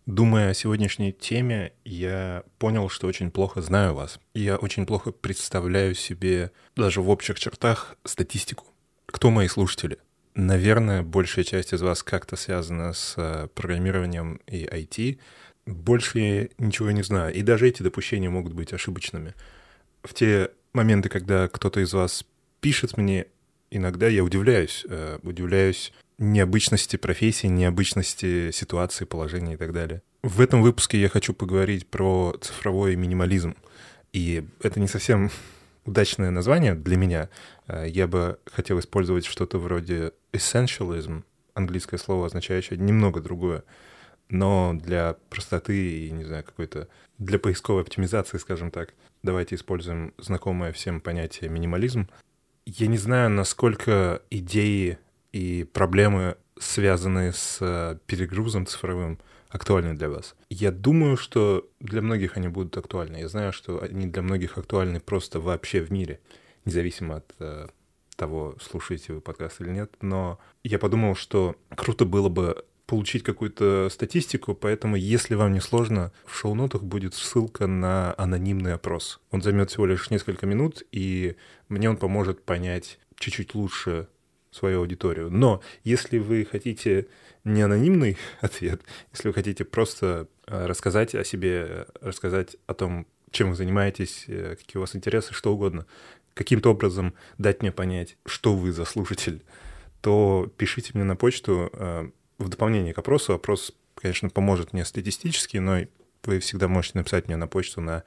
Думая о сегодняшней теме, я понял, что очень плохо знаю вас. Я очень плохо представляю себе даже в общих чертах статистику. Кто мои слушатели? Наверное, большая часть из вас как-то связана с программированием и IT. Больше я ничего не знаю. И даже эти допущения могут быть ошибочными. В те моменты, когда кто-то из вас пишет мне, иногда я удивляюсь. Удивляюсь необычности профессии, необычности ситуации, положения и так далее. В этом выпуске я хочу поговорить про цифровой минимализм. И это не совсем удачное название для меня. Я бы хотел использовать что-то вроде essentialism, английское слово, означающее немного другое. Но для простоты и, не знаю, какой-то... для поисковой оптимизации, скажем так, давайте используем знакомое всем понятие минимализм. Я не знаю, насколько идеи и проблемы, связанные с перегрузом цифровым, актуальны для вас. Я думаю, что для многих они будут актуальны. Я знаю, что они для многих актуальны просто вообще в мире, независимо от того, слушаете вы подкаст или нет. Но я подумал, что круто было бы получить какую-то статистику, поэтому, если вам не сложно, в шоу-нотах будет ссылка на анонимный опрос. Он займет всего лишь несколько минут, и мне он поможет понять чуть-чуть лучше свою аудиторию. Но если вы хотите не анонимный ответ, если вы хотите просто рассказать о себе, рассказать о том, чем вы занимаетесь, какие у вас интересы, что угодно, каким-то образом дать мне понять, что вы за слушатель, то пишите мне на почту. В дополнение к опросу, опрос, конечно, поможет мне статистически, но вы всегда можете написать мне на почту на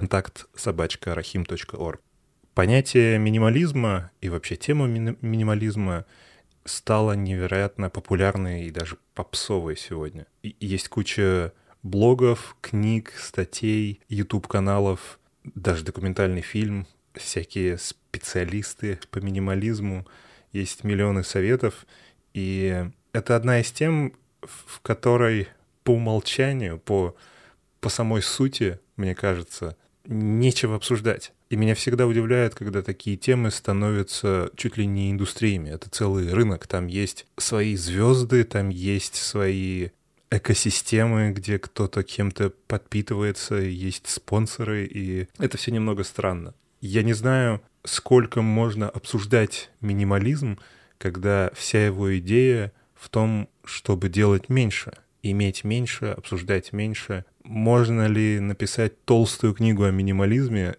contact@rahim.org. Понятие минимализма и вообще тема минимализма стала невероятно популярной и даже попсовой сегодня. И есть куча блогов, книг, статей, YouTube-каналов, даже документальный фильм, всякие специалисты по минимализму, есть миллионы советов, и это одна из тем, в которой по умолчанию, по самой сути, мне кажется, нечего обсуждать. И меня всегда удивляет, когда такие темы становятся чуть ли не индустриями. Это целый рынок, там есть свои звезды, там есть свои экосистемы, где кто-то кем-то подпитывается, есть спонсоры, и это все немного странно. Я не знаю, сколько можно обсуждать минимализм, когда вся его идея в том, чтобы делать меньше, иметь меньше, обсуждать меньше. Можно ли написать толстую книгу о минимализме?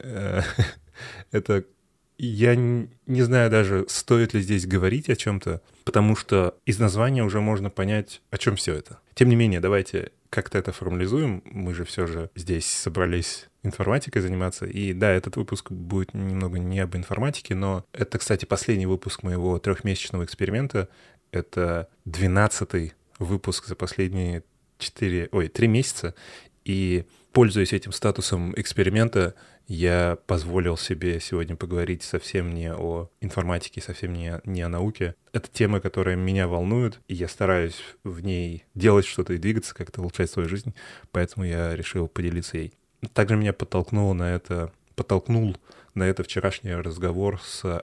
Это я не знаю даже, стоит ли здесь говорить о чем-то, потому что из названия уже можно понять, о чем все это. Тем не менее, давайте как-то это формализуем. Мы же все же здесь собрались информатикой заниматься. И да, этот выпуск будет немного не об информатике, но это, кстати, последний выпуск моего 3-месячного эксперимента. Это 12-й выпуск за последние 3 месяца. И, пользуясь этим статусом эксперимента, я позволил себе сегодня поговорить совсем не о информатике, совсем не о науке. Это тема, которая меня волнует, и я стараюсь в ней делать что-то и двигаться, как-то улучшать свою жизнь, поэтому я решил поделиться ей. Также меня подтолкнул на это вчерашний разговор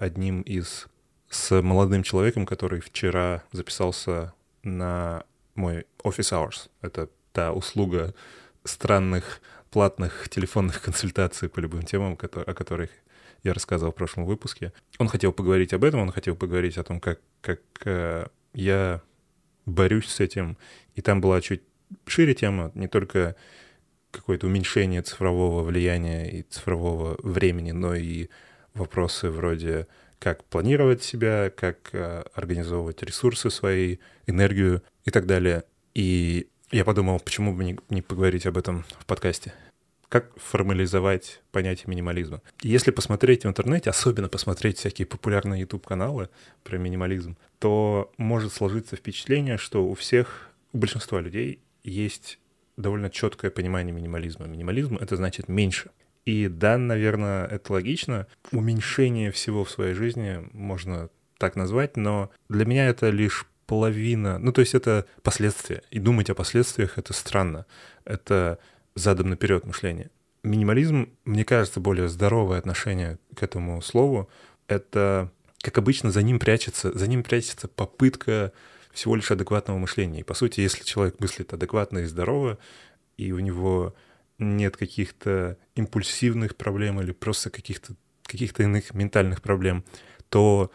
с молодым человеком, который вчера записался на мой Office Hours. Это та услуга странных платных телефонных консультаций по любым темам, о которых я рассказывал в прошлом выпуске. Он хотел поговорить об этом, он хотел поговорить о том, как я борюсь с этим. И там была чуть шире тема, не только какое-то уменьшение цифрового влияния и цифрового времени, но и вопросы вроде как планировать себя, как организовывать ресурсы свои, энергию и так далее. И я подумал, почему бы не поговорить об этом в подкасте. Как формализовать понятие минимализма. Если посмотреть в интернете, особенно посмотреть всякие популярные YouTube-каналы про минимализм, то может сложиться впечатление, что у большинства людей есть довольно четкое понимание минимализма. Минимализм — это значит меньше. И да, наверное, это логично. Уменьшение всего в своей жизни можно так назвать, но для меня это лишь половина, то есть это последствия. И думать о последствиях — это странно. Это задом наперед мышление. Минимализм, мне кажется, более здоровое отношение к этому слову. Это, как обычно, за ним прячется попытка всего лишь адекватного мышления. И, по сути, если человек мыслит адекватно и здорово, и у него нет каких-то импульсивных проблем или просто каких-то иных ментальных проблем, то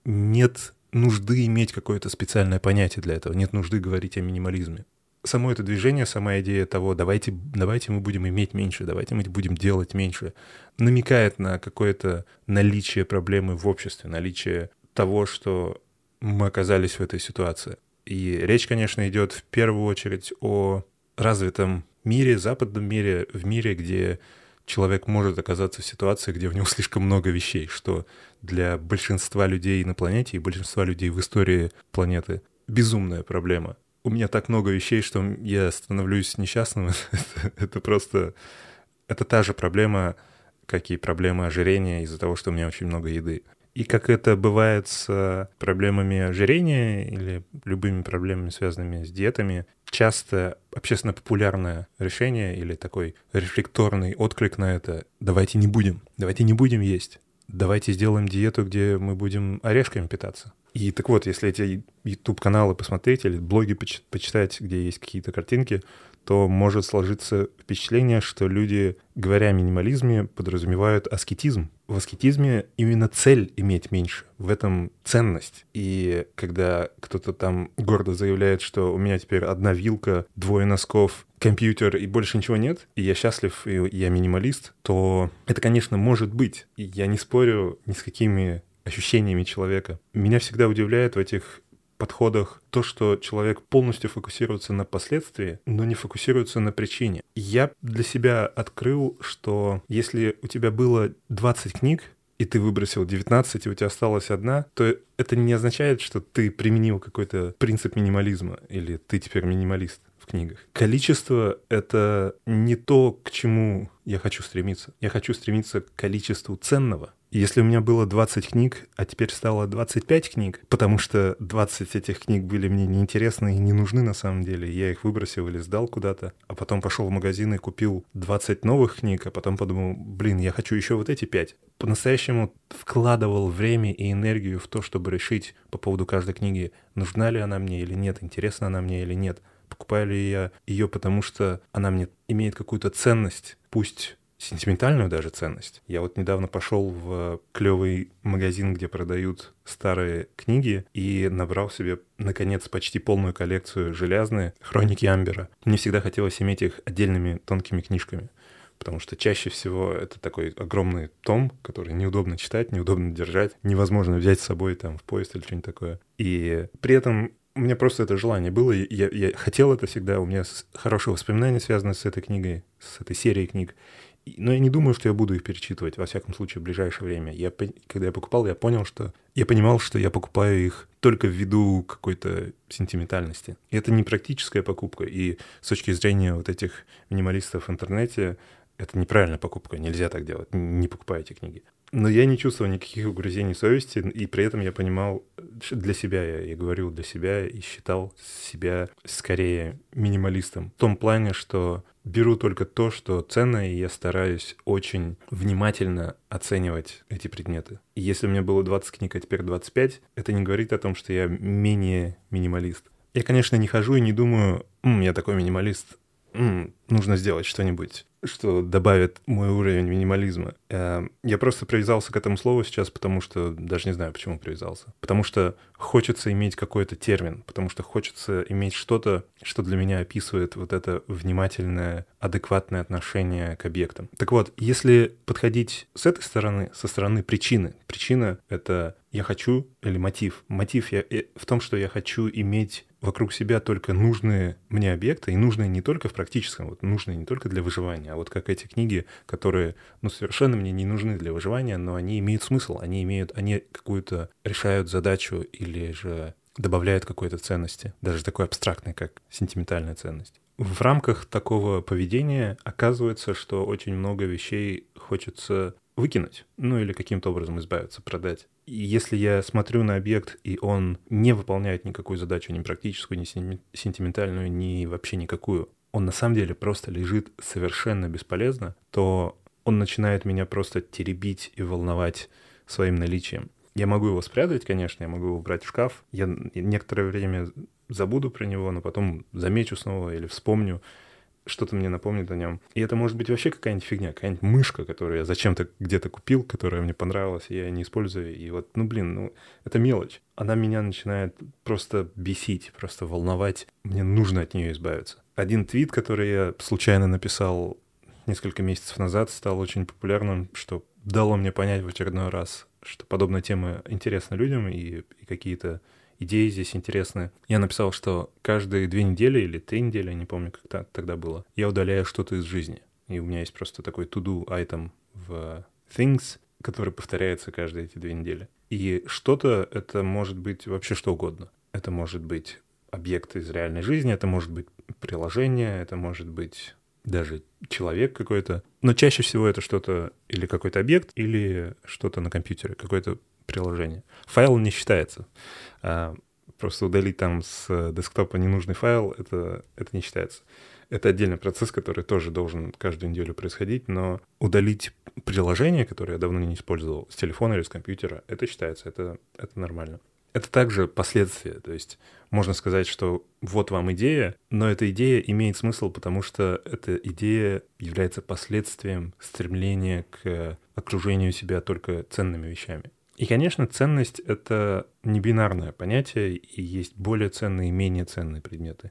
нет нужды иметь какое-то специальное понятие для этого, нет нужды говорить о минимализме. Само это движение, сама идея того, давайте мы будем иметь меньше, давайте мы будем делать меньше, намекает на какое-то наличие проблемы в обществе, наличие того, что мы оказались в этой ситуации. И речь, конечно, идет в первую очередь о развитом мире, западном мире, в мире, где человек может оказаться в ситуации, где у него слишком много вещей, что для большинства людей на планете и большинства людей в истории планеты безумная проблема. У меня так много вещей, что я становлюсь несчастным. Это просто... Это та же проблема, как и проблема ожирения из-за того, что у меня очень много еды. И как это бывает с проблемами ожирения или любыми проблемами, связанными с диетами, часто общественно популярное решение или такой рефлекторный отклик на это: давайте не будем есть. Давайте сделаем диету, где мы будем орешками питаться. И так вот, если эти YouTube-каналы посмотреть или блоги почитать, где есть какие-то картинки, то может сложиться впечатление, что люди, говоря о минимализме, подразумевают аскетизм. В аскетизме именно цель иметь меньше, в этом ценность. И когда кто-то там гордо заявляет, что у меня теперь одна вилка, 2 носков, компьютер и больше ничего нет, и я счастлив, и я минималист, то это, конечно, может быть. И я не спорю ни с какими ощущениями человека. Меня всегда удивляет в этих подходах то, что человек полностью фокусируется на последствии, но не фокусируется на причине. Я для себя открыл, что если у тебя было 20 книг, и ты выбросил 19, и у тебя осталась одна, то это не означает, что ты применил какой-то принцип минимализма, или ты теперь минималист в книгах. Количество — это не то, к чему я хочу стремиться. Я хочу стремиться к количеству ценного. Если у меня было 20 книг, а теперь стало 25 книг, потому что 20 этих книг были мне неинтересны и не нужны на самом деле, я их выбросил или сдал куда-то, а потом пошел в магазин и купил 20 новых книг, а потом подумал, я хочу еще вот эти 5. По-настоящему вкладывал время и энергию в то, чтобы решить по поводу каждой книги, нужна ли она мне или нет, интересна она мне или нет, покупаю ли я ее, потому что она мне имеет какую-то ценность, пусть сентиментальную даже ценность. Я вот недавно пошел в клевый магазин, где продают старые книги, и набрал себе, наконец, почти полную коллекцию железные «Хроники Амбера». Мне всегда хотелось иметь их отдельными тонкими книжками, потому что чаще всего это такой огромный том, который неудобно читать, неудобно держать, невозможно взять с собой там в поезд или что-нибудь такое. И при этом у меня просто это желание было, я хотел это всегда, у меня хорошие воспоминания связаны с этой книгой, с этой серией книг. Но я не думаю, что я буду их перечитывать, во всяком случае, в ближайшее время. Когда я покупал, я понимал, что я покупаю их только ввиду какой-то сентиментальности. И это не практическая покупка, и с точки зрения вот этих минималистов в интернете, это неправильная покупка, нельзя так делать, не покупайте книги. Но я не чувствовал никаких угрызений совести, и при этом я понимал для себя, я говорил для себя и считал себя скорее минималистом. В том плане, что беру только то, что ценно, и я стараюсь очень внимательно оценивать эти предметы. И если у меня было 20 книг, а теперь 25, это не говорит о том, что я менее минималист. Я, конечно, не хожу и не думаю, я такой минималист, нужно сделать что-нибудь, что добавит мой уровень минимализма. Я просто привязался к этому слову сейчас, потому что даже не знаю, почему привязался. Потому что хочется иметь какой-то термин, потому что хочется иметь что-то, что для меня описывает вот это внимательное, адекватное отношение к объектам. Так вот, если подходить с этой стороны, со стороны причины. Причина — это я хочу или мотив. Мотив в том, что я хочу иметь вокруг себя только нужные мне объекты, и нужные не только в практическом, вот нужные не только для выживания, а вот как эти книги, которые, совершенно мне не нужны для выживания, но они имеют смысл, они какую-то решают задачу или же добавляют какой-то ценности, даже такой абстрактной, как сентиментальная ценность. В рамках такого поведения оказывается, что очень много вещей хочется выкинуть, или каким-то образом избавиться, продать. И если я смотрю на объект, и он не выполняет никакую задачу, ни практическую, ни сентиментальную, ни вообще никакую, он на самом деле просто лежит совершенно бесполезно, то он начинает меня просто теребить и волновать своим наличием. Я могу его спрятать, конечно, я могу его убрать в шкаф. Я некоторое время забуду про него, но потом замечу снова или вспомню, что-то мне напомнит о нем. И это может быть вообще какая-нибудь фигня, какая-нибудь мышка, которую я зачем-то где-то купил, которая мне понравилась, и я ее не использую. И вот, это мелочь. Она меня начинает просто бесить, просто волновать. Мне нужно от нее избавиться. Один твит, который я случайно написал несколько месяцев назад, стал очень популярным, что дало мне понять в очередной раз, что подобная тема интересна людям, и какие-то идеи здесь интересные. Я написал, что каждые 2 недели или 3 недели, я не помню, как тогда было, я удаляю что-то из жизни. И у меня есть просто такой to-do item в Things, который повторяется каждые эти 2 недели. И что-то — это может быть вообще что угодно. Это может быть объект из реальной жизни, это может быть приложение, это может быть даже человек какой-то. Но чаще всего это что-то или какой-то объект, или что-то на компьютере, какое-то приложение. Файл не считается. Просто удалить там с десктопа ненужный файл, это не считается. Это отдельный процесс, который тоже должен каждую неделю происходить, но удалить приложение, которое я давно не использовал, с телефона или с компьютера, это считается, это нормально. Это также последствия, то есть можно сказать, что вот вам идея, но эта идея имеет смысл, потому что эта идея является последствием стремления к окружению себя только ценными вещами. И, конечно, ценность — это не бинарное понятие, и есть более ценные и менее ценные предметы.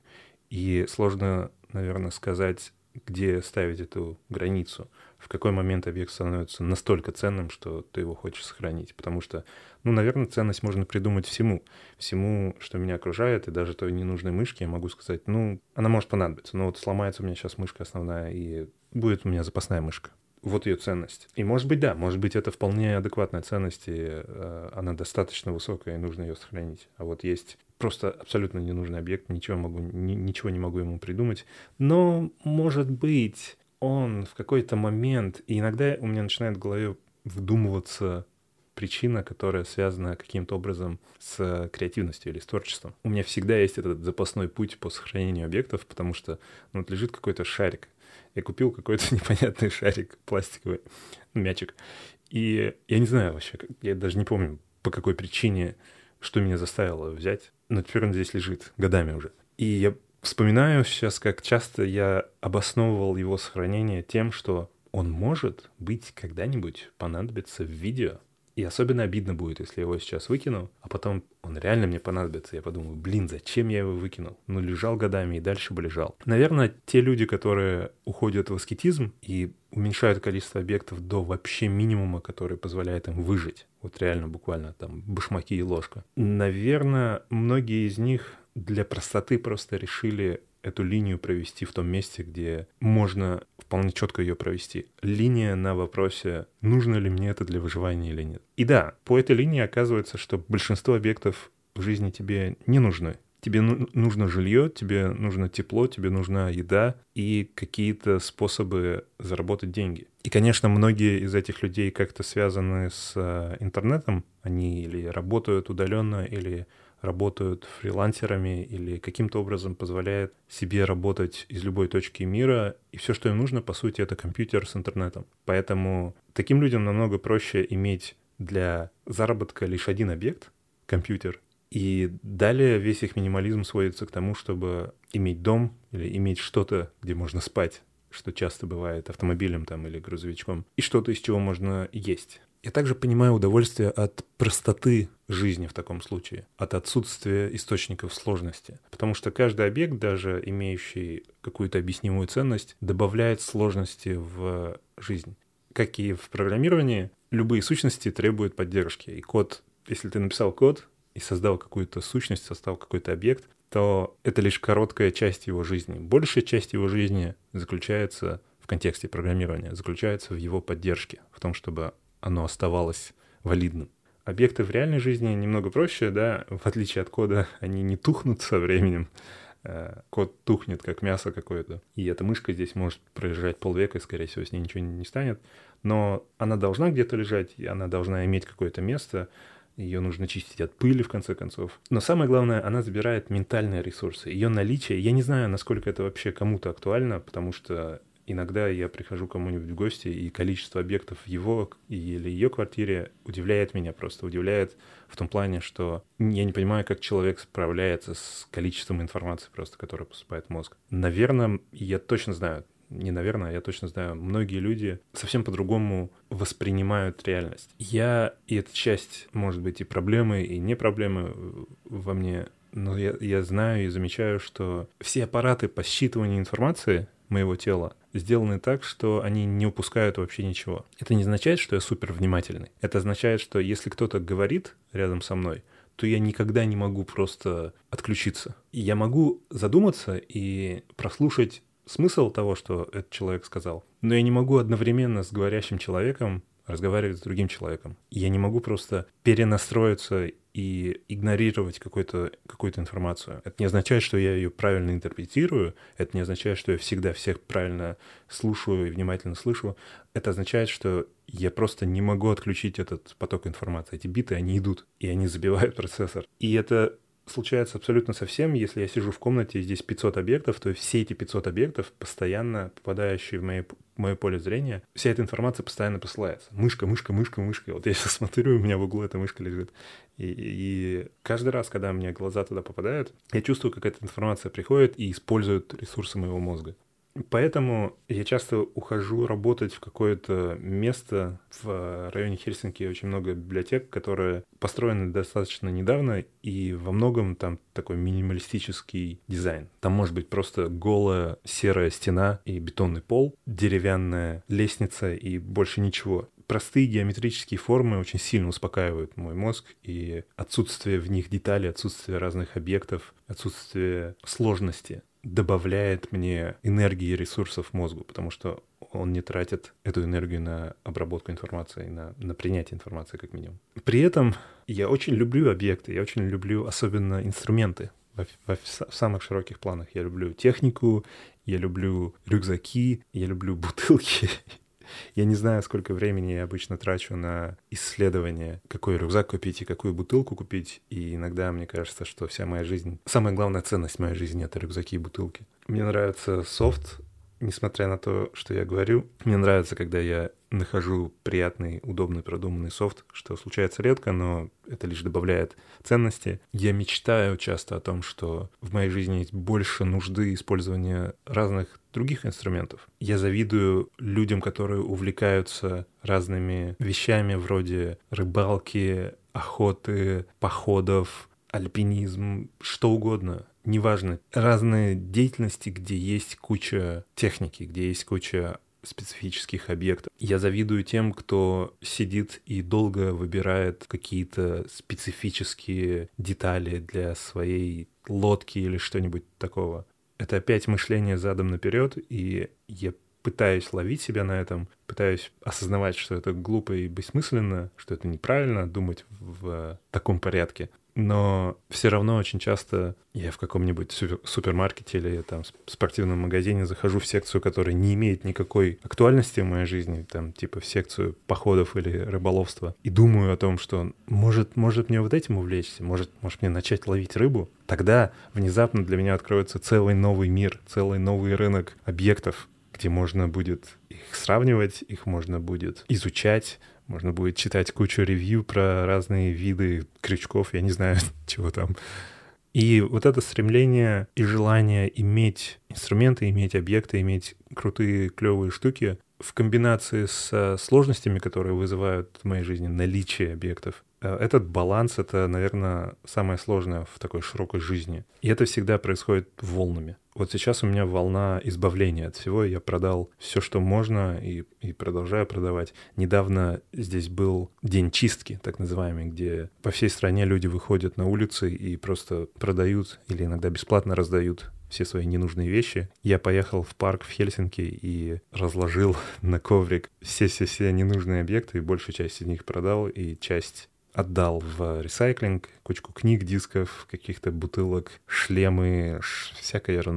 И сложно, наверное, сказать, где ставить эту границу, в какой момент объект становится настолько ценным, что ты его хочешь сохранить. Потому что, наверное, ценность можно придумать всему, что меня окружает, и даже той ненужной мышке я могу сказать, она может понадобиться, но вот сломается у меня сейчас мышка основная, и будет у меня запасная мышка. Вот ее ценность. И может быть, это вполне адекватная ценность, и она достаточно высокая, и нужно ее сохранить. А вот есть просто абсолютно ненужный объект, ничего не могу ему придумать. Но, может быть, он в какой-то момент, и иногда у меня начинает в голове вдумываться причина, которая связана каким-то образом с креативностью или с творчеством. У меня всегда есть этот запасной путь по сохранению объектов, потому что лежит какой-то шарик. Я купил какой-то непонятный шарик пластиковый, мячик. И я не знаю вообще, я даже не помню, по какой причине, что меня заставило взять. Но теперь он здесь лежит годами уже. И я вспоминаю сейчас, как часто я обосновывал его сохранение тем, что он может быть когда-нибудь понадобится в видео. И особенно обидно будет, если я его сейчас выкину, а потом он реально мне понадобится. Я подумаю, зачем я его выкинул? Лежал годами и дальше бы лежал. Наверное, те люди, которые уходят в аскетизм и уменьшают количество объектов до вообще минимума, который позволяет им выжить. Вот реально, буквально там башмаки и ложка. Наверное, многие из них для простоты просто решили эту линию провести в том месте, где можно вполне четко ее провести. Линия на вопросе, нужно ли мне это для выживания или нет. И да, по этой линии оказывается, что большинство объектов в жизни тебе не нужны. Тебе нужно жилье, тебе нужно тепло, тебе нужна еда и какие-то способы заработать деньги. И, конечно, многие из этих людей как-то связаны с интернетом. Они или работают удаленно, или работают фрилансерами, или каким-то образом позволяют себе работать из любой точки мира, и все, что им нужно, по сути, это компьютер с интернетом. Поэтому таким людям намного проще иметь для заработка лишь один объект — компьютер, и далее весь их минимализм сводится к тому, чтобы иметь дом или иметь что-то, где можно спать, что часто бывает автомобилем там или грузовичком, и что-то, из чего можно есть. Я также понимаю удовольствие от простоты жизни в таком случае, от отсутствия источников сложности. Потому что каждый объект, даже имеющий какую-то объяснимую ценность, добавляет сложности в жизнь. Как и в программировании, любые сущности требуют поддержки. И код, если ты написал код и создал какую-то сущность, создал какой-то объект, то это лишь короткая часть его жизни. Большая часть его жизни заключается в контексте программирования, заключается в его поддержке, в том, чтобы оно оставалось валидным. Объекты в реальной жизни немного проще, да, в отличие от кода, они не тухнут со временем. Код тухнет, как мясо какое-то. И эта мышка здесь может пролежать полвека, и, скорее всего, с ней ничего не станет. Но она должна где-то лежать, и она должна иметь какое-то место. Ее нужно чистить от пыли, в конце концов. Но самое главное, она забирает ментальные ресурсы. Ее наличие, я не знаю, насколько это вообще кому-то актуально, потому что Иногда я прихожу к кому-нибудь в гости, и количество объектов в его или ее квартире удивляет меня просто. Удивляет в том плане, что я не понимаю, как человек справляется с количеством информации просто, которая поступает в мозг. Наверное, я точно знаю, не наверное, я точно знаю, многие люди совсем по-другому воспринимают реальность. И эта часть, может быть, и проблемы, и не проблемы во мне, но я знаю и замечаю, что все аппараты по считыванию информации моего тела сделаны так, что они не упускают вообще ничего. Это не означает, что я супер внимательный. Это означает, что если кто-то говорит рядом со мной, то я никогда не могу просто отключиться. И я могу задуматься и прослушать смысл того, что этот человек сказал, но я не могу одновременно с говорящим человеком разговаривать с другим человеком. Я не могу просто перенастроиться и игнорировать какую-то информацию. Это не означает, что я ее правильно интерпретирую, это не означает, что я всегда всех правильно слушаю и внимательно слышу. Это означает, что я просто не могу отключить этот поток информации. Эти биты, они идут, и они забивают процессор. И это случается абсолютно со всем. Если я сижу в комнате, и здесь 500 объектов, то все эти 500 объектов, постоянно попадающие в мое поле зрения, вся эта информация постоянно посылается. Мышка. Вот я сейчас смотрю, у меня в углу эта мышка лежит. И каждый раз, когда у меня глаза туда попадают, я чувствую, как эта информация приходит и использует ресурсы моего мозга. Поэтому я часто ухожу работать в какое-то место в районе Хельсинки. Очень много библиотек, которые построены достаточно недавно, и во многом там такой минималистический дизайн. Там может быть просто голая серая стена и бетонный пол, деревянная лестница и больше ничего. Простые геометрические формы очень сильно успокаивают мой мозг, и отсутствие в них деталей, отсутствие разных объектов, отсутствие сложности добавляет мне энергии и ресурсов мозгу, потому что он не тратит эту энергию на обработку информации, на принятие информации как минимум. При этом я очень люблю объекты, я очень люблю особенно инструменты в самых широких планах. Я люблю технику, я люблю рюкзаки, я люблю бутылки. Я не знаю, сколько времени я обычно трачу на исследование, какой рюкзак купить и какую бутылку купить. И иногда мне кажется, что вся моя жизнь, самая главная ценность моей жизни — это рюкзаки и бутылки. Мне нравится софт, несмотря на то, что я говорю. Мне нравится, когда я нахожу приятный, удобный, продуманный софт, что случается редко, но это лишь добавляет ценности. Я мечтаю часто о том, что в моей жизни есть больше нужды использования разных других инструментов. Я завидую людям, которые увлекаются разными вещами вроде рыбалки, охоты, походов, альпинизм, что угодно. Неважно. Разные деятельности, где есть куча техники, где есть куча специфических объектов. Я завидую тем, кто сидит и долго выбирает какие-то специфические детали для своей лодки или что-нибудь такого. Это опять мышление задом наперед, и я пытаюсь ловить себя на этом, пытаюсь осознавать, что это глупо и бессмысленно, что это неправильно думать в таком порядке. Но все равно очень часто я в каком-нибудь супермаркете или там спортивном магазине захожу в секцию, которая не имеет никакой актуальности в моей жизни, там типа в секцию походов или рыболовства, и думаю о том, что может мне вот этим увлечься, может мне начать ловить рыбу. Тогда внезапно для меня откроется целый новый мир, целый новый рынок объектов, где можно будет их сравнивать, их можно будет изучать, можно будет читать кучу ревью про разные виды крючков, я не знаю, чего там. И вот это стремление и желание иметь инструменты, иметь объекты, иметь крутые, клевые штуки в комбинации с сложностями, которые вызывают в моей жизни наличие объектов. Этот баланс — это, наверное, самое сложное в такой широкой жизни. И это всегда происходит волнами. Вот сейчас у меня волна избавления от всего. Я продал все, что можно, и продолжаю продавать. Недавно здесь был день чистки, так называемый, где по всей стране люди выходят на улицы и просто продают или иногда бесплатно раздают все свои ненужные вещи. Я поехал в парк в Хельсинки и разложил на коврик все ненужные объекты, и большую часть из них продал, и часть отдал в ресайклинг, кучку книг, дисков, каких-то бутылок, шлемы, всякая ерунда.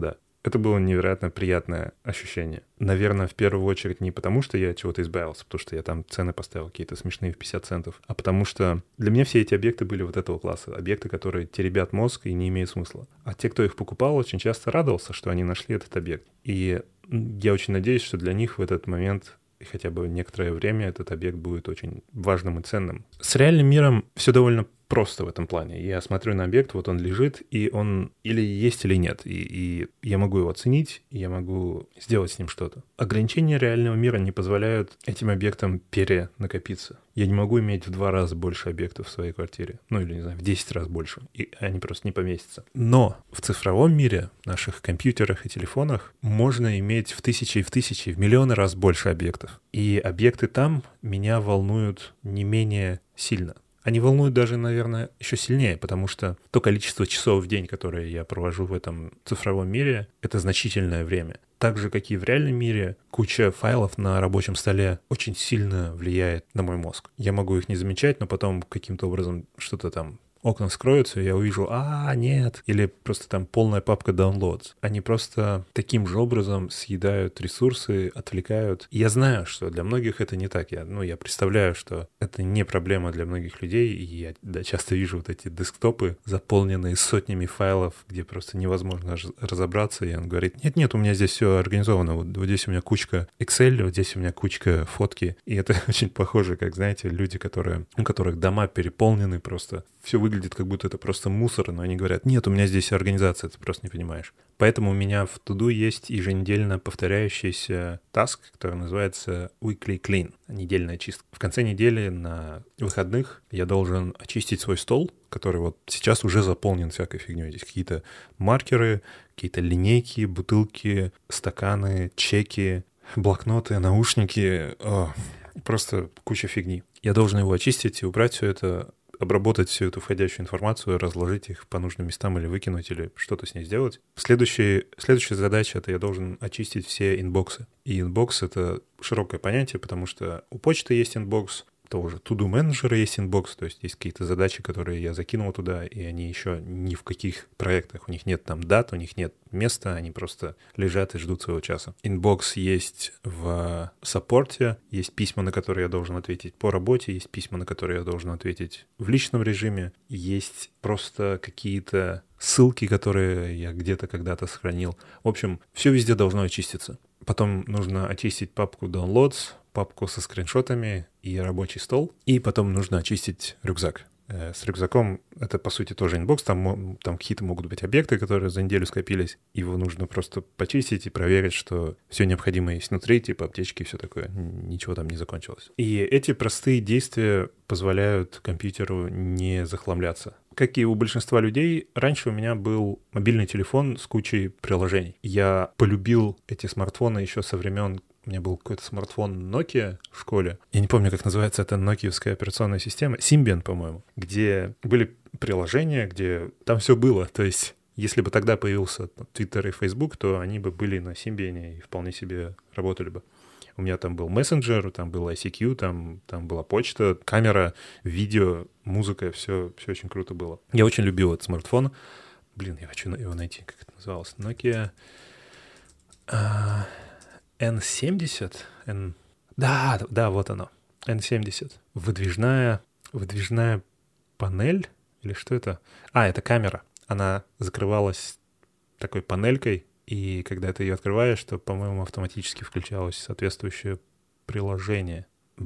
Это было невероятно приятное ощущение. Наверное, в первую очередь не потому, что я от чего-то избавился, потому что я там цены поставил какие-то смешные в 50 центов, а потому что для меня все эти объекты были вот этого класса. Объекты, которые теребят мозг и не имеют смысла. А те, кто их покупал, очень часто радовался, что они нашли этот объект. И я очень надеюсь, что для них в этот момент и хотя бы некоторое время этот объект будет очень важным и ценным. С реальным миром все довольно просто в этом плане. Я смотрю на объект, вот он лежит, и он или есть, или нет. И я могу его оценить, и я могу сделать с ним что-то. Ограничения реального мира не позволяют этим объектам перенакопиться. Я не могу иметь в 2 раза больше объектов в своей квартире. Ну или, не знаю, в 10 раз больше. И они просто не поместятся. Но в цифровом мире, в наших компьютерах и телефонах, можно иметь в тысячи, в миллионы раз больше объектов. И объекты там меня волнуют не менее сильно. Они волнуют даже, наверное, еще сильнее, потому что то количество часов в день, которое я провожу в этом цифровом мире, это значительное время. Так же, как и в реальном мире, куча файлов на рабочем столе очень сильно влияет на мой мозг. Я могу их не замечать, но потом каким-то образом что-то там окна вскроются, и я увижу, нет, или просто там полная папка downloads. Они просто таким же образом съедают ресурсы, отвлекают. И я знаю, что для многих это не так. Я представляю, что это не проблема для многих людей, и я часто вижу вот эти десктопы, заполненные сотнями файлов, где просто невозможно разобраться, и он говорит, нет, у меня здесь все организовано, вот здесь у меня кучка Excel, вот здесь у меня кучка фотки, и это очень похоже, как, знаете, люди, у которых дома переполнены просто, все выглядит, как будто это просто мусор, но они говорят, нет, у меня здесь организация, ты просто не понимаешь. Поэтому у меня в To-Do есть еженедельно повторяющийся таск, который называется Weekly Clean, недельная чистка. В конце недели на выходных я должен очистить свой стол, который вот сейчас уже заполнен всякой фигней. Здесь какие-то маркеры, какие-то линейки, бутылки, стаканы, чеки, блокноты, наушники. Просто куча фигни. Я должен его очистить и убрать все это, обработать всю эту входящую информацию, разложить их по нужным местам или выкинуть, или что-то с ней сделать. Следующая задача — это я должен очистить все инбоксы. И инбокс — это широкое понятие, потому что у почты есть инбокс, того же To-Do менеджера есть инбокс, то есть есть какие-то задачи, которые я закинул туда, и они еще ни в каких проектах, у них нет там дат, у них нет места, они просто лежат и ждут своего часа. Инбокс есть в саппорте, есть письма, на которые я должен ответить по работе, есть письма, на которые я должен ответить в личном режиме, есть просто какие-то ссылки, которые я где-то когда-то сохранил. В общем, все везде должно очиститься. Потом нужно очистить папку Downloads, папку со скриншотами и рабочий стол. И потом нужно очистить рюкзак. С рюкзаком это, по сути, тоже инбокс. Там какие-то могут быть объекты, которые за неделю скопились. Его нужно просто почистить и проверить, что все необходимое есть внутри, типа аптечки и все такое. Ничего там не закончилось. И эти простые действия позволяют компьютеру не захламляться. Как и у большинства людей, раньше у меня был мобильный телефон с кучей приложений. Я полюбил эти смартфоны еще со времен... У меня был какой-то смартфон Nokia в школе. Я не помню, как называется эта нокиевская операционная система. Symbian, по-моему. Где были приложения, где там все было. То есть, если бы тогда появился Twitter и Facebook, то они бы были на Symbian и вполне себе работали бы. У меня там был мессенджер, там был ICQ, там была почта, камера, видео, музыка, все очень круто было. Я очень любил этот смартфон. Я хочу его найти, как это называлось. Nokia N70? Да, вот оно. N70. Выдвижная панель? Или что это? Это камера. Она закрывалась такой панелькой, и когда ты ее открываешь, то, по-моему, автоматически включалось соответствующее приложение.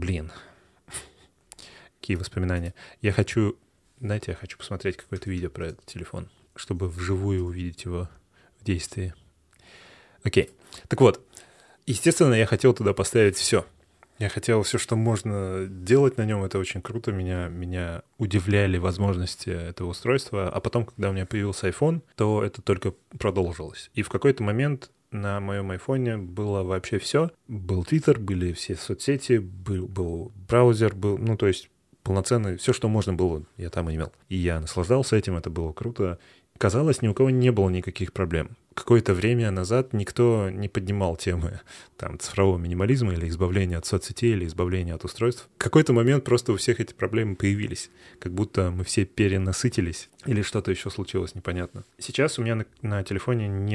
Какие воспоминания. Я хочу посмотреть какое-то видео про этот телефон, чтобы вживую увидеть его в действии. Окей. Так вот, естественно, я хотел туда поставить все. Я хотел все, что можно делать на нем. Это очень круто. Меня удивляли возможности этого устройства. А потом, когда у меня появился iPhone, то это только продолжилось. И в какой-то момент на моем iPhone было вообще все. Был Twitter, были все соцсети, был браузер, то есть полноценный, все, что можно было, я там имел. И я наслаждался этим, это было круто. Казалось, ни у кого не было никаких проблем. Какое-то время назад никто не поднимал темы цифрового минимализма или избавления от соцсетей, или избавления от устройств. В какой-то момент просто у всех эти проблемы появились. Как будто мы все перенасытились или что-то еще случилось непонятно. Сейчас у меня на телефоне нет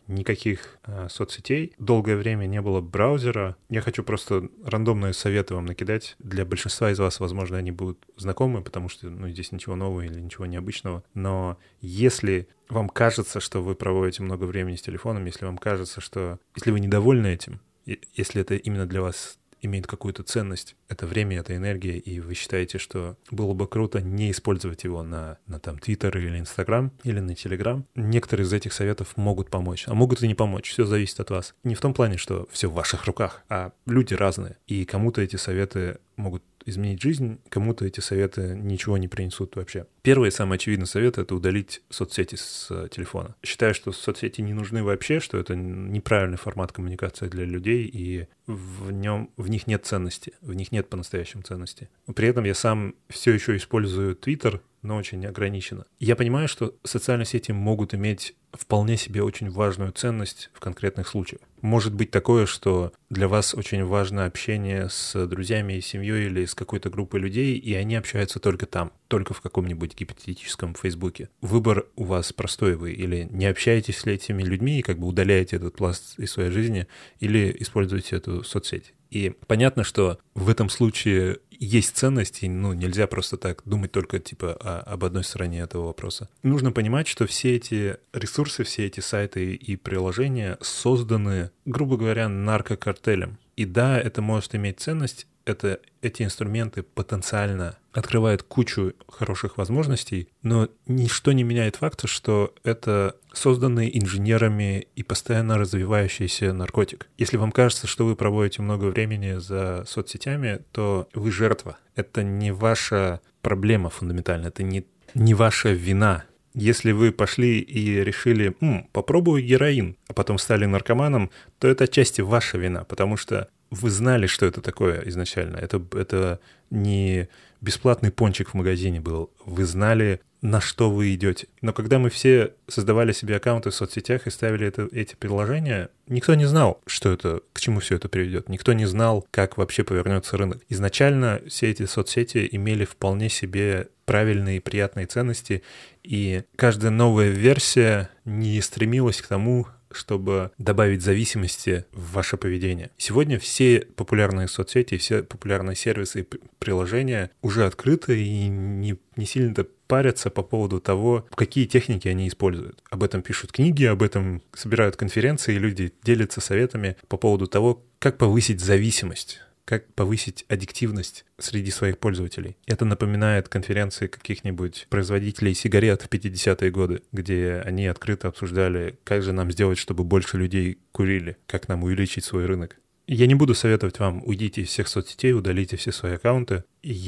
никаких соцсетей, долгое время не было браузера. Я хочу просто рандомные советы вам накидать. Для большинства из вас, возможно, они будут знакомы, потому что здесь ничего нового или ничего необычного. Но если вам кажется, что вы проводите много времени с телефоном, если вам кажется, что... Если вы недовольны этим, если это именно для вас имеет какую-то ценность, это время, это энергия, и вы считаете, что было бы круто не использовать его на там Twitter или Instagram или на Telegram, некоторые из этих советов могут помочь, а могут и не помочь, все зависит от вас. Не в том плане, что все в ваших руках, а люди разные, и кому-то эти советы могут изменить жизнь, кому-то эти советы ничего не принесут вообще. Первый и самый очевидный совет — это удалить соцсети с телефона. Считаю, что соцсети не нужны вообще, что это неправильный формат коммуникации для людей, и в них нет ценности, в них нет по-настоящему ценности. При этом я сам все еще использую Twitter, но очень ограниченно. Я понимаю, что социальные сети могут иметь вполне себе очень важную ценность в конкретных случаях. Может быть такое, что для вас очень важно общение с друзьями и семьей или с какой-то группой людей, и они общаются только там, только в каком-нибудь гипотетическом Фейсбуке. Выбор у вас простой: вы или не общаетесь с этими людьми и как бы удаляете этот пласт из своей жизни, или используете эту соцсеть. И понятно, что в этом случае есть ценность, и нельзя просто так думать только об одной стороне этого вопроса. Нужно понимать, что все эти ресурсы, все эти сайты и приложения созданы, грубо говоря, наркокартелем. И да, это может иметь ценность, эти инструменты потенциально открывают кучу хороших возможностей, но ничто не меняет факта, что это созданный инженерами и постоянно развивающийся наркотик. Если вам кажется, что вы проводите много времени за соцсетями, то вы жертва. Это не ваша проблема фундаментально, это не ваша вина. Если вы пошли и решили, попробую героин, а потом стали наркоманом, то это отчасти ваша вина, потому что вы знали, что это такое изначально. Это не бесплатный пончик в магазине был. Вы знали, на что вы идете. Но когда мы все создавали себе аккаунты в соцсетях и ставили эти приложения, никто не знал, к чему все это приведет. Никто не знал, как вообще повернется рынок. Изначально все эти соцсети имели вполне себе правильные и приятные ценности, и каждая новая версия не стремилась к тому, чтобы добавить зависимости в ваше поведение. Сегодня все популярные соцсети, все популярные сервисы и приложения уже открыты и не сильно-то парятся по поводу того, какие техники они используют. Об этом пишут книги, об этом собирают конференции, и люди делятся советами по поводу того, как повысить зависимость, как повысить аддиктивность среди своих пользователей. Это напоминает конференции каких-нибудь производителей сигарет в 50-е годы, где они открыто обсуждали, как же нам сделать, чтобы больше людей курили, как нам увеличить свой рынок. Я не буду советовать вам: уйдите из всех соцсетей, удалите все свои аккаунты.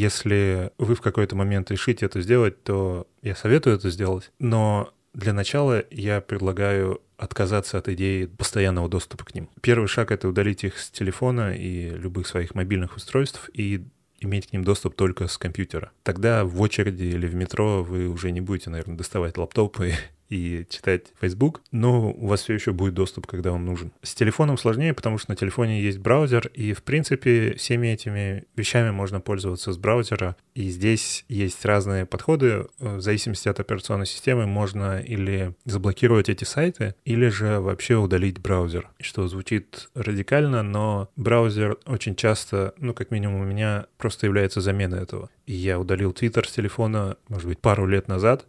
Если вы в какой-то момент решите это сделать, то я советую это сделать. Но для начала я предлагаю отказаться от идеи постоянного доступа к ним. Первый шаг — это удалить их с телефона и любых своих мобильных устройств и иметь к ним доступ только с компьютера. Тогда в очереди или в метро вы уже не будете, наверное, доставать лаптоп и читать Facebook, но у вас все еще будет доступ, когда вам нужен. С телефоном сложнее, потому что на телефоне есть браузер, и, в принципе, всеми этими вещами можно пользоваться с браузера. И здесь есть разные подходы. В зависимости от операционной системы можно или заблокировать эти сайты, или же вообще удалить браузер. Что звучит радикально, но браузер очень часто, как минимум у меня, просто является заменой этого. И я удалил Twitter с телефона, может быть, пару лет назад,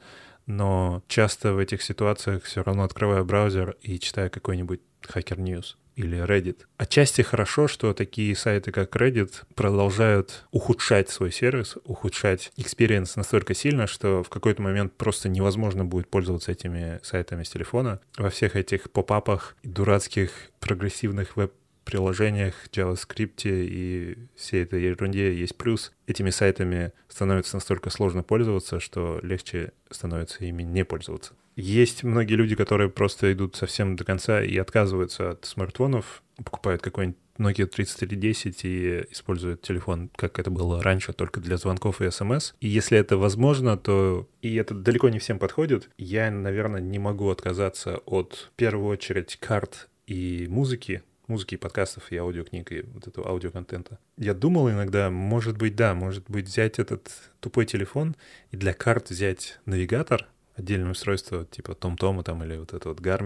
но часто в этих ситуациях все равно открываю браузер и читаю какой-нибудь Hacker News или Reddit. Отчасти хорошо, что такие сайты, как Reddit, продолжают ухудшать свой сервис, ухудшать experience настолько сильно, что в какой-то момент просто невозможно будет пользоваться этими сайтами с телефона. Во всех этих поп-апах, дурацких прогрессивных веб-приложениях, JavaScript и всей этой ерунде есть плюс. Этими сайтами становится настолько сложно пользоваться, что легче становится ими не пользоваться. Есть многие люди, которые просто идут совсем до конца и отказываются от смартфонов, покупают какой-нибудь Nokia 3310 и используют телефон, как это было раньше, только для звонков и смс. И если это возможно, то и это далеко не всем подходит. Я, наверное, не могу отказаться от, в первую очередь, карт и музыки и подкастов, и аудиокниг, и вот этого аудиоконтента. Я думал иногда, может быть, взять этот тупой телефон и для карт взять навигатор, отдельное устройство типа TomTom там или вот это вот Garmin,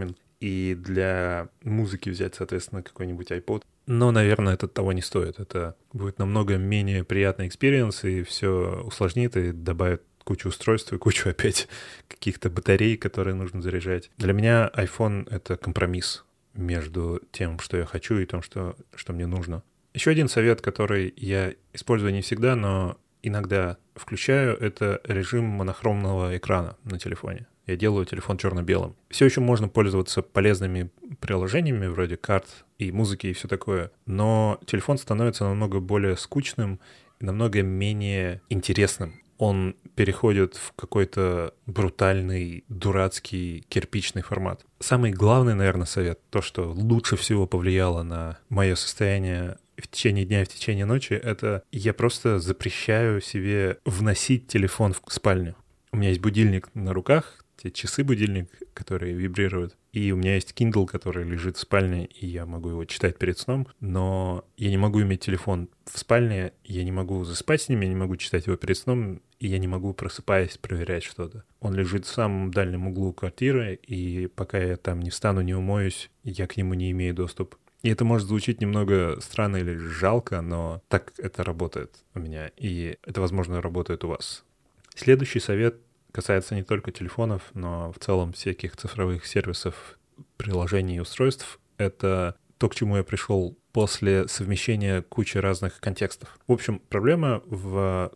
и для музыки взять, соответственно, какой-нибудь iPod. Но, наверное, это того не стоит. Это будет намного менее приятный экспириенс, и все усложнит, и добавит кучу устройств и кучу опять каких-то батарей, которые нужно заряжать. Для меня iPhone — это компромисс между тем, что я хочу, и тем, что мне нужно. Еще один совет, который я использую не всегда, но иногда включаю, это режим монохромного экрана на телефоне. Я делаю телефон черно-белым. Все еще можно пользоваться полезными приложениями вроде карт и музыки и все такое, но телефон становится намного более скучным и намного менее интересным. Он переходит в какой-то брутальный, дурацкий, кирпичный формат. Самый главный, наверное, совет, то, что лучше всего повлияло на мое состояние в течение дня и в течение ночи, это я просто запрещаю себе вносить телефон в спальню. У меня есть будильник на руках, те часы-будильник, которые вибрируют, и у меня есть Kindle, который лежит в спальне, и я могу его читать перед сном, но я не могу иметь телефон в спальне, я не могу засыпать с ним, я не могу читать его перед сном, и я не могу, просыпаясь, проверять что-то. Он лежит в самом дальнем углу квартиры, и пока я там не встану, не умоюсь, я к нему не имею доступа. И это может звучить немного странно или жалко, но так это работает у меня, и это, возможно, работает у вас. Следующий совет касается не только телефонов, но в целом всяких цифровых сервисов, приложений и устройств. Это то, к чему я пришел после совмещения кучи разных контекстов. В общем, проблема в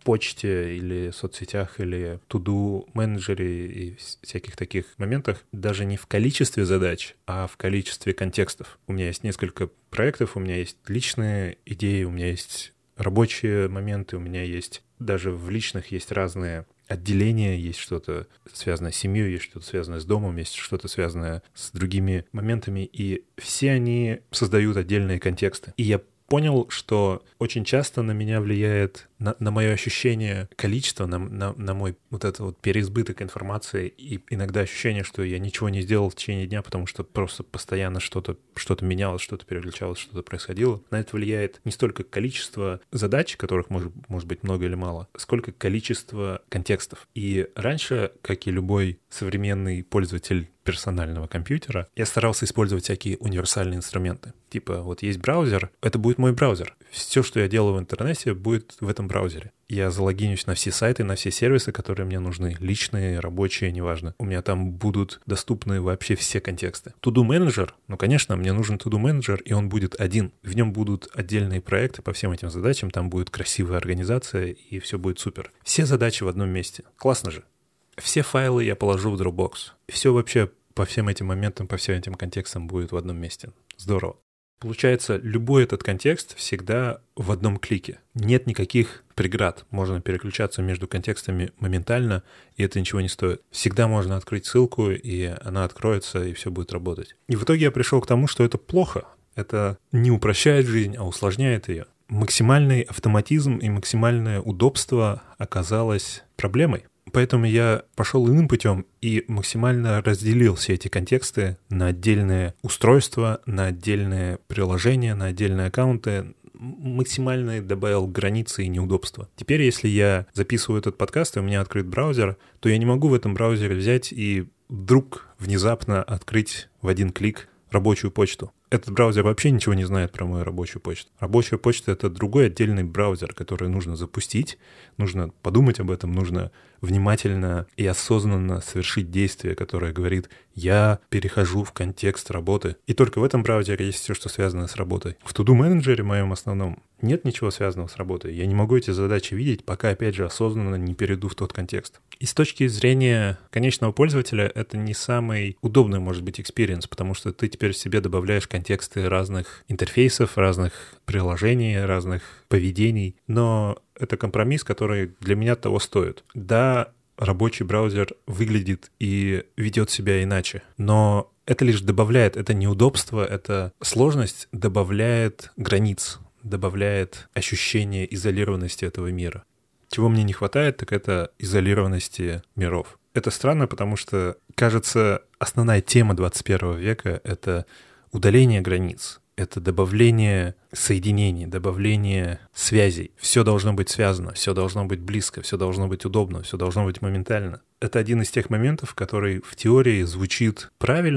почте или соцсетях или to-do менеджере и всяких таких моментах даже не в количестве задач, а в количестве контекстов. У меня есть несколько проектов, у меня есть личные идеи, у меня есть рабочие моменты, у меня есть даже в личных есть разные отделения, есть что-то связанное с семьей, есть что-то связанное с домом, есть что-то связанное с другими моментами, и все они создают отдельные контексты. И я понял, что очень часто на меня влияет, на мое ощущение количества, на мой вот это вот переизбыток информации и иногда ощущение, что я ничего не сделал в течение дня, потому что просто постоянно что-то менялось, что-то переключалось, что-то происходило. На это влияет не столько количество задач, которых может быть много или мало, сколько количество контекстов. И раньше, как и любой современный пользователь персонального компьютера, я старался использовать всякие универсальные инструменты. Типа, вот есть браузер, это будет мой браузер. Все, что я делаю в интернете, будет в этом браузере. Я залогинюсь на все сайты, на все сервисы, которые мне нужны, личные, рабочие, неважно. У меня там будут доступны вообще все контексты. To-do Manager, конечно, мне нужен To-do Manager, и он будет один. В нем будут отдельные проекты по всем этим задачам, там будет красивая организация, и все будет супер. Все задачи в одном месте. Классно же. Все файлы я положу в Dropbox. Все вообще по всем этим моментам, по всем этим контекстам будет в одном месте. Здорово. Получается, любой этот контекст всегда в одном клике. Нет никаких преград. Можно переключаться между контекстами моментально, и это ничего не стоит. Всегда можно открыть ссылку, и она откроется, и все будет работать. И в итоге я пришел к тому, что это плохо. Это не упрощает жизнь, а усложняет ее. Максимальный автоматизм и максимальное удобство оказалось проблемой. Поэтому я пошел иным путем и максимально разделил все эти контексты на отдельные устройства, на отдельные приложения, на отдельные аккаунты, максимально добавил границы и неудобства. Теперь, если я записываю этот подкаст, и у меня открыт браузер, то я не могу в этом браузере взять и вдруг внезапно открыть в один клик рабочую почту. Этот браузер вообще ничего не знает про мою рабочую почту. Рабочая почта — это другой отдельный браузер, который нужно запустить, нужно подумать об этом, нужно внимательно и осознанно совершить действие, которое говорит: я перехожу в контекст работы. И только в этом браузере есть все, что связано с работой. В To-Do менеджере моем основном нет ничего связанного с работой. Я не могу эти задачи видеть, пока, опять же, осознанно не перейду в тот контекст. И с точки зрения конечного пользователя это не самый удобный, может быть, экспириенс, потому что ты теперь себе добавляешь контексты разных интерфейсов, разных приложений, разных поведений. Но это компромисс, который для меня того стоит. Да, рабочий браузер выглядит и ведет себя иначе, но это лишь добавляет, это неудобство, это сложность добавляет границ, добавляет ощущение изолированности этого мира. Чего мне не хватает, так это изолированности миров. Это странно, потому что, кажется, основная тема 21 века — это удаление границ, это добавление соединений, добавление связей. Все должно быть связано, все должно быть близко, все должно быть удобно, все должно быть моментально. Это один из тех моментов, который в теории звучит правильно,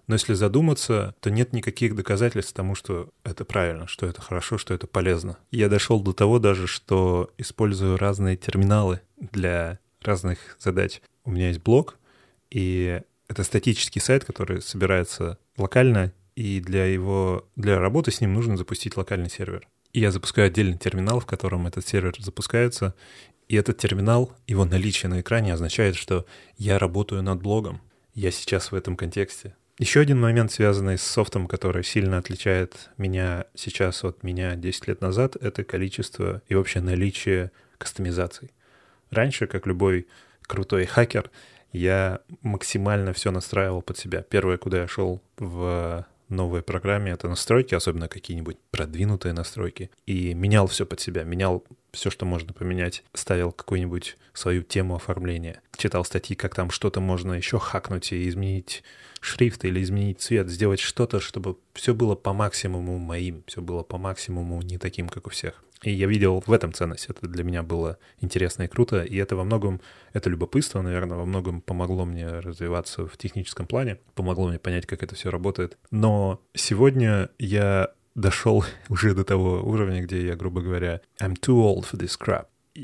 Но если задуматься, то нет никаких доказательств тому, что это правильно, что это хорошо, что это полезно. Я дошел до того даже, что использую разные терминалы для разных задач. У меня есть блог, и это статический сайт, который собирается локально, и для работы с ним нужно запустить локальный сервер. И я запускаю отдельный терминал, в котором этот сервер запускается, и этот терминал, его наличие на экране означает, что я работаю над блогом. Я сейчас в этом контексте. Еще один момент, связанный с софтом, который сильно отличает меня сейчас от меня 10 лет назад, это количество и вообще наличие кастомизаций. Раньше, как любой крутой хакер, я максимально все настраивал под себя. Первое, куда я шел в новой программе, это настройки, особенно какие-нибудь продвинутые настройки, и менял все под себя, менял все, что можно поменять, ставил какую-нибудь свою тему оформления, читал статьи, как там что-то можно еще хакнуть и изменить шрифт или изменить цвет, сделать что-то, чтобы все было по максимуму моим, все было по максимуму не таким, как у всех. И я видел в этом ценность, это для меня было интересно и круто, и это во многом, это любопытство, наверное, во многом помогло мне развиваться в техническом плане, помогло мне понять, как это все работает. Но сегодня я дошел уже до того уровня, где я, грубо говоря, I'm too old for this crap.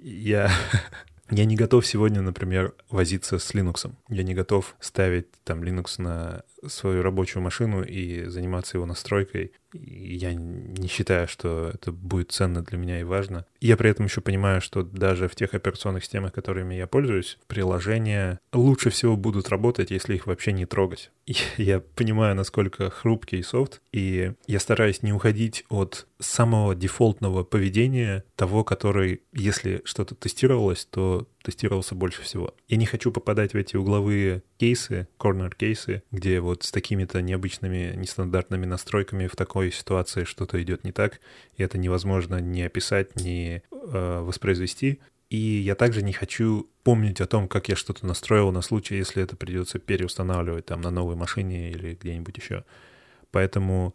Я не готов сегодня, например, возиться с Linux. Я не готов ставить там Linux на свою рабочую машину и заниматься его настройкой. И я не считаю, что это будет ценно для меня и важно. И я при этом еще понимаю, что даже в тех операционных системах, которыми я пользуюсь, приложения лучше всего будут работать, если их вообще не трогать. И я понимаю, насколько хрупкий софт, и я стараюсь не уходить от самого дефолтного поведения того, который, если что-то тестировалось, то тестировался больше всего. Я не хочу попадать в эти угловые кейсы, корнер-кейсы, где вот с такими-то необычными, нестандартными настройками в такой ситуации что-то идет не так, и это невозможно ни описать, ни воспроизвести. И я также не хочу помнить о том, как я что-то настроил на случай, если это придется переустанавливать там на новой машине или где-нибудь еще. Поэтому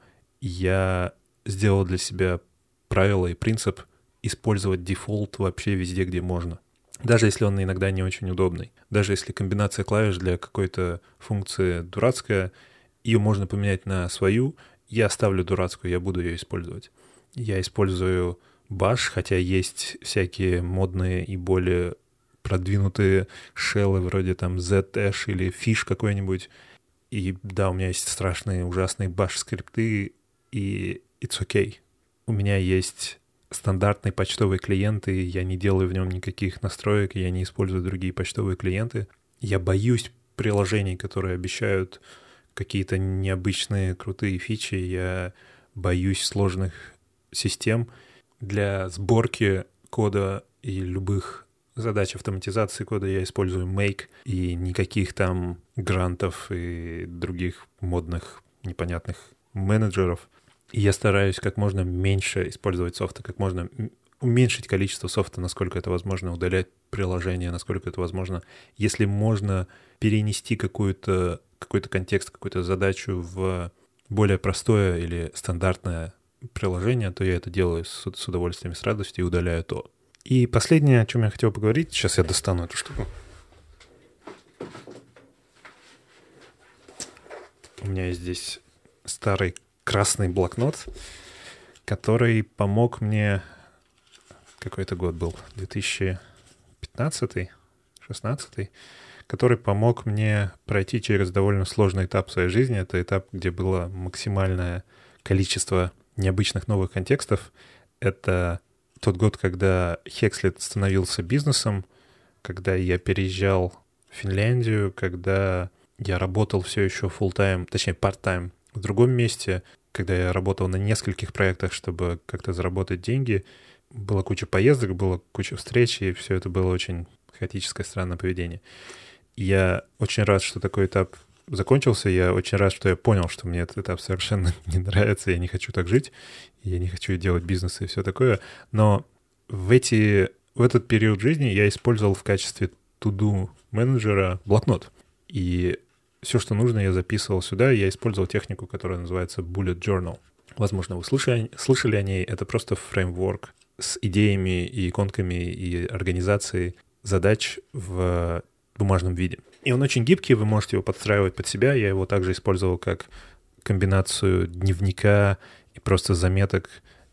я сделал для себя правило и принцип использовать дефолт вообще везде, где можно. Даже если он иногда не очень удобный. Даже если комбинация клавиш для какой-то функции дурацкая, ее можно поменять на свою, я оставлю дурацкую, я буду ее использовать. Я использую Bash, хотя есть всякие модные и более продвинутые шеллы вроде там Zsh или Fish какой-нибудь. И да, у меня есть страшные, ужасные Bash-скрипты, и it's okay. У меня есть стандартный почтовый клиент, и я не делаю в нем никаких настроек, я не использую другие почтовые клиенты. Я боюсь приложений, которые обещают какие-то необычные крутые фичи, я боюсь сложных систем. Для сборки кода и любых задач автоматизации кода я использую Make, и никаких там грантов и других модных непонятных менеджеров. И я стараюсь как можно меньше использовать софта, как можно уменьшить количество софта, насколько это возможно, удалять приложение, насколько это возможно. Если можно перенести какой-то контекст, какую-то задачу в более простое или стандартное приложение, то я это делаю с удовольствием, с радостью и удаляю то. И последнее, о чем я хотел поговорить, сейчас я достану эту штуку. У меня есть здесь старый красный блокнот, который помог мне... Какой это год был? 2015-16? Который помог мне пройти через довольно сложный этап своей жизни. Это этап, где было максимальное количество необычных новых контекстов. Это тот год, когда Hexlet становился бизнесом, когда я переезжал в Финляндию, когда я работал все еще full-time, точнее part-time в другом месте, когда я работал на нескольких проектах, чтобы как-то заработать деньги. Была куча поездок, была куча встреч, и все это было очень хаотическое, странное поведение. Я очень рад, что такой этап закончился. Я очень рад, что я понял, что мне этот этап совершенно не нравится, я не хочу так жить, я не хочу делать бизнес и все такое. Но в этот период жизни я использовал в качестве to-do менеджера блокнот. И все, что нужно, я записывал сюда. Я использовал технику, которая называется Bullet Journal. Возможно, вы слышали о ней. Это просто фреймворк с идеями и иконками и организацией задач в бумажном виде. И он очень гибкий, вы можете его подстраивать под себя. Я его также использовал как комбинацию дневника и просто заметок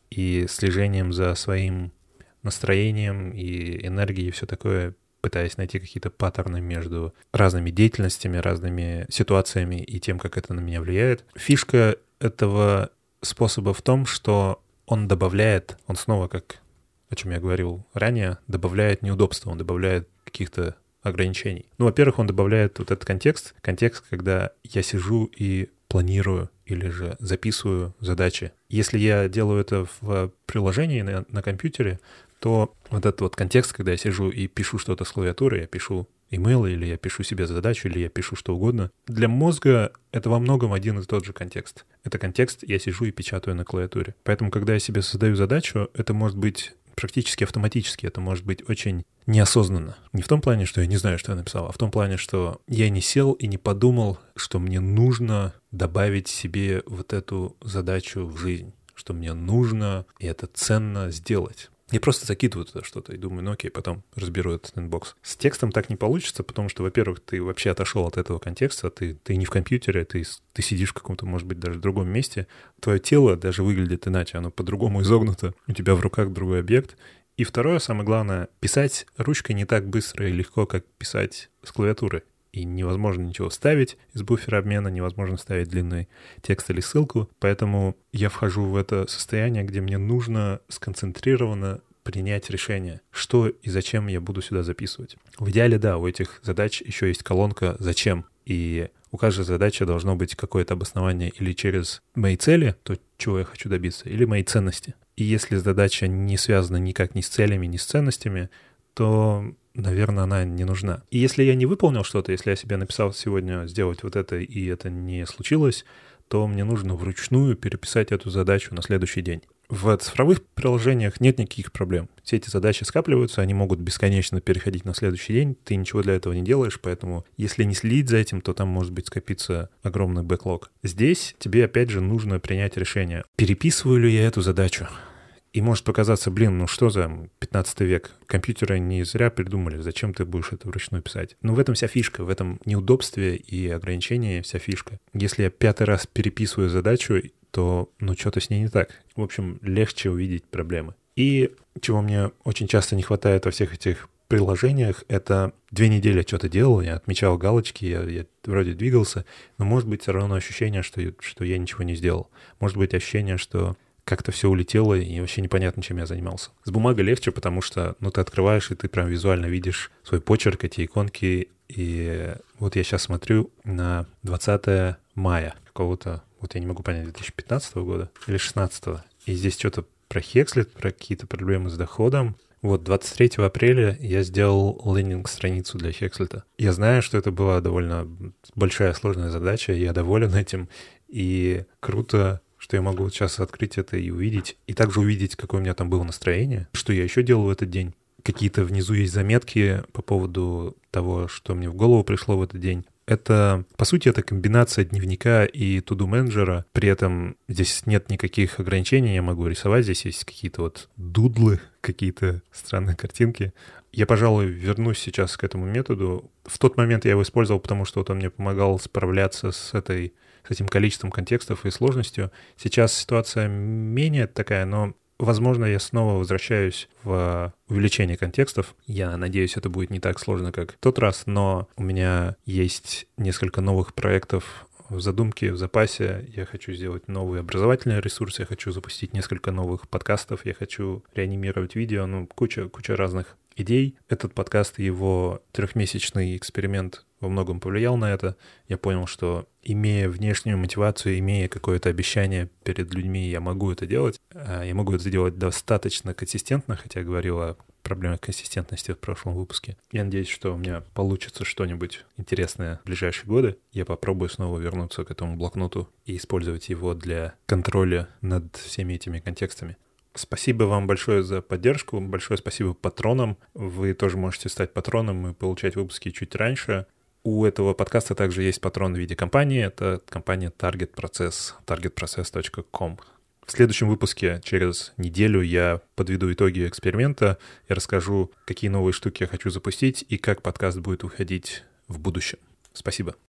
и слежением за своим настроением и энергией и все такое, пытаясь найти какие-то паттерны между разными деятельностями, разными ситуациями и тем, как это на меня влияет. Фишка этого способа в том, что он добавляет, он снова, как о чем я говорил ранее, добавляет неудобства, он добавляет каких-то ограничений. Ну, во-первых, он добавляет вот этот контекст, когда я сижу и планирую или же записываю задачи. Если я делаю это в приложении на компьютере, то вот этот вот контекст, когда я сижу и пишу что-то с клавиатуры, я пишу имейл, или я пишу себе задачу, или я пишу что угодно, для мозга это во многом один и тот же контекст. Это контекст, я сижу и печатаю на клавиатуре. Поэтому, когда я себе создаю задачу, это может быть практически автоматически, это может быть очень неосознанно. Не в том плане, что я не знаю, что я написал, а в том плане, что я не сел и не подумал, что мне нужно добавить себе вот эту задачу в жизнь, что мне нужно и это ценно сделать. Я просто закидываю туда что-то и думаю, ну окей, потом разберу этот инбокс. С текстом так не получится, потому что, во-первых, ты вообще отошел от этого контекста, ты не в компьютере, ты сидишь в каком-то, может быть, даже другом месте. Твое тело даже выглядит иначе, оно по-другому изогнуто, у тебя в руках другой объект. И второе, самое главное, писать ручкой не так быстро и легко, как писать с клавиатуры. И невозможно ничего вставить из буфера обмена, невозможно вставить длинный текст или ссылку. Поэтому я вхожу в это состояние, где мне нужно сконцентрированно принять решение, что и зачем я буду сюда записывать. В идеале, да, у этих задач еще есть колонка «Зачем?». И у каждой задачи должно быть какое-то обоснование или через мои цели, то, чего я хочу добиться, или мои ценности. И если задача не связана никак ни с целями, ни с ценностями, то, наверное, она не нужна. И если я не выполнил что-то, если я себе написал сегодня сделать вот это, и это не случилось, то мне нужно вручную переписать эту задачу на следующий день. В цифровых приложениях нет никаких проблем. Все эти задачи скапливаются, они могут бесконечно переходить на следующий день, ты ничего для этого не делаешь, поэтому если не следить за этим, то там может быть скопиться огромный бэклог. Здесь тебе опять же нужно принять решение, переписываю ли я эту задачу. И может показаться, ну что за 15 век, компьютеры не зря придумали, зачем ты будешь это вручную писать. Но в этом вся фишка, в этом неудобстве и ограничении вся фишка. Если я 5-й раз переписываю задачу, то что-то с ней не так. В общем, легче увидеть проблемы. И чего мне очень часто не хватает во всех этих приложениях, это 2 недели что-то делал, я отмечал галочки, я вроде двигался, но может быть все равно ощущение, что я ничего не сделал. Может быть ощущение, что как-то все улетело, и вообще непонятно, чем я занимался. С бумагой легче, потому что, ты открываешь, и ты прям визуально видишь свой почерк, эти иконки. И вот я сейчас смотрю на 20 мая какого-то, я не могу понять, 2015 года или 2016. И здесь что-то про Hexlet, про какие-то проблемы с доходом. 23 апреля я сделал лендинг-страницу для Hexlet. Я знаю, что это была довольно большая, сложная задача, я доволен этим, и круто, что я могу сейчас открыть это и увидеть, и также увидеть, какое у меня там было настроение, что я еще делал в этот день. Какие-то внизу есть заметки по поводу того, что мне в голову пришло в этот день. Это, по сути, это комбинация дневника и to-do менеджера. При этом здесь нет никаких ограничений, я могу рисовать. Здесь есть какие-то дудлы, какие-то странные картинки. Я, пожалуй, вернусь сейчас к этому методу. В тот момент я его использовал, потому что он мне помогал справляться с этим количеством контекстов и сложностью. Сейчас ситуация менее такая, но, возможно, я снова возвращаюсь в увеличение контекстов. Я надеюсь, это будет не так сложно, как в тот раз, но у меня есть несколько новых проектов в задумке, в запасе. Я хочу сделать новый образовательный ресурс, я хочу запустить несколько новых подкастов, я хочу реанимировать видео, куча разных идей. Этот подкаст и его 3-месячный эксперимент во многом повлиял на это. Я понял, что имея внешнюю мотивацию, имея какое-то обещание перед людьми, я могу это делать. Я могу это сделать достаточно консистентно, хотя я говорил о проблемах консистентности в прошлом выпуске. Я надеюсь, что у меня получится что-нибудь интересное в ближайшие годы. Я попробую снова вернуться к этому блокноту и использовать его для контроля над всеми этими контекстами. Спасибо вам большое за поддержку, большое спасибо патронам. Вы тоже можете стать патроном и получать выпуски чуть раньше. У этого подкаста также есть патрон в виде компании. Это компания Target Process, targetprocess.com. В следующем выпуске через неделю я подведу итоги эксперимента. Я расскажу, какие новые штуки я хочу запустить и как подкаст будет выходить в будущем. Спасибо.